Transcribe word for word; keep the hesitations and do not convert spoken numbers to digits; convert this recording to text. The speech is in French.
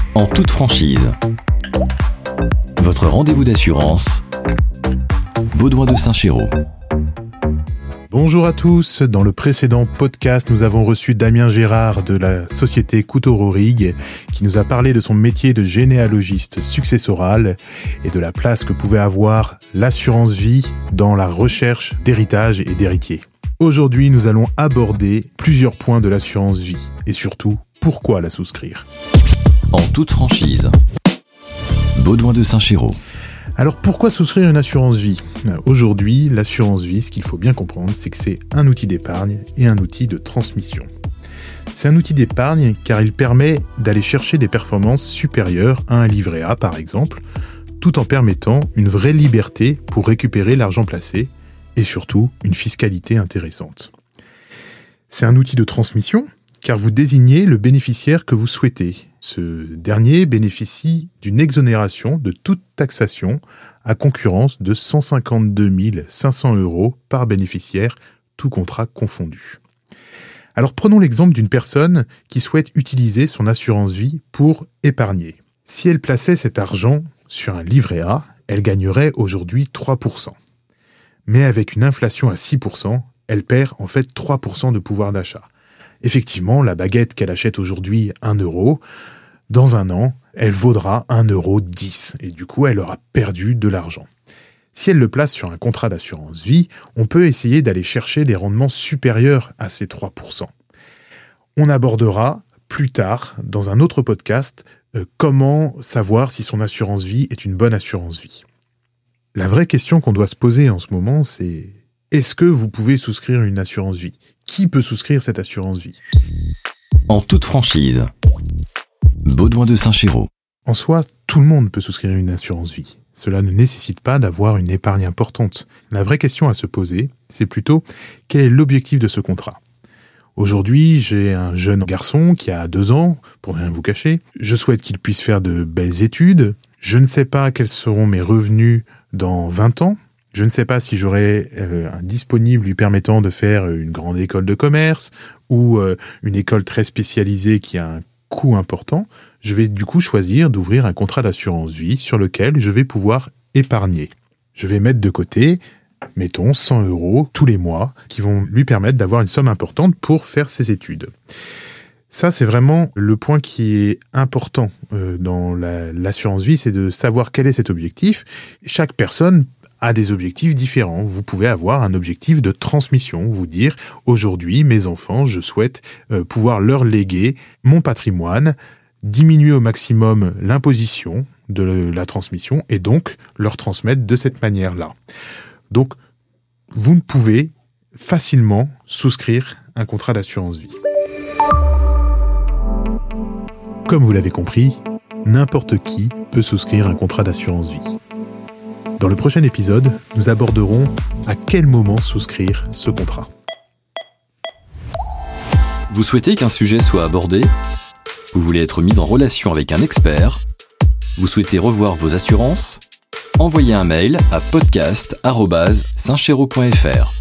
En toute franchise. Votre rendez-vous d'assurance. Baudouin de Saint-Chéraud. Bonjour à tous, dans le précédent podcast, nous avons reçu Damien Gérard de la société Coutereau-Rig qui nous a parlé de son métier de généalogiste successoral et de la place que pouvait avoir l'assurance vie dans la recherche d'héritage et d'héritiers. Aujourd'hui, nous allons aborder plusieurs points de l'assurance vie et surtout, pourquoi la souscrire. En toute franchise. Baudouin de Saint-Chéraud. Alors pourquoi souscrire une assurance vie ? Aujourd'hui, l'assurance vie, ce qu'il faut bien comprendre, c'est que c'est un outil d'épargne et un outil de transmission. C'est un outil d'épargne car il permet d'aller chercher des performances supérieures à un livret A par exemple, tout en permettant une vraie liberté pour récupérer l'argent placé et surtout une fiscalité intéressante. C'est un outil de transmission car vous désignez le bénéficiaire que vous souhaitez. Ce dernier bénéficie d'une exonération de toute taxation à concurrence de cent cinquante-deux mille cinq cents euros par bénéficiaire, tout contrat confondu. Alors prenons l'exemple d'une personne qui souhaite utiliser son assurance vie pour épargner. Si elle plaçait cet argent sur un livret A, elle gagnerait aujourd'hui trois pour cent. Mais avec une inflation à six pour cent, elle perd en fait trois pour cent de pouvoir d'achat. Effectivement, la baguette qu'elle achète aujourd'hui un euro, dans un an, elle vaudra un euro dix et du coup, elle aura perdu de l'argent. Si elle le place sur un contrat d'assurance vie, on peut essayer d'aller chercher des rendements supérieurs à ces trois pour cent. On abordera plus tard, dans un autre podcast, euh, comment savoir si son assurance vie est une bonne assurance vie. La vraie question qu'on doit se poser en ce moment, c'est est-ce que vous pouvez souscrire une assurance vie ? Qui peut souscrire cette assurance vie ? En toute franchise. Baudouin de Saint-Chéraud. En soi, tout le monde peut souscrire une assurance vie. Cela ne nécessite pas d'avoir une épargne importante. La vraie question à se poser, c'est plutôt quel est l'objectif de ce contrat ? Aujourd'hui, j'ai un jeune garçon qui a deux ans, pour rien vous cacher. Je souhaite qu'il puisse faire de belles études. Je ne sais pas quels seront mes revenus dans vingt ans. Je ne sais pas si j'aurai euh, un disponible lui permettant de faire une grande école de commerce ou euh, une école très spécialisée qui a un coût important. Je vais du coup choisir d'ouvrir un contrat d'assurance vie sur lequel je vais pouvoir épargner. Je vais mettre de côté, mettons, cent euros tous les mois qui vont lui permettre d'avoir une somme importante pour faire ses études. Ça, c'est vraiment le point qui est important euh, dans la, l'assurance vie, c'est de savoir quel est cet objectif. Chaque personne a des objectifs différents. Vous pouvez avoir un objectif de transmission, vous dire aujourd'hui, mes enfants, je souhaite euh, pouvoir leur léguer mon patrimoine, diminuer au maximum l'imposition de la transmission et donc leur transmettre de cette manière-là. Donc, vous ne pouvez facilement souscrire un contrat d'assurance vie. Comme vous l'avez compris, n'importe qui peut souscrire un contrat d'assurance vie. Dans le prochain épisode, nous aborderons à quel moment souscrire ce contrat. Vous souhaitez qu'un sujet soit abordé ? Vous voulez être mis en relation avec un expert ? Vous souhaitez revoir vos assurances ? Envoyez un mail à podcast arobase saint chéraud point f r.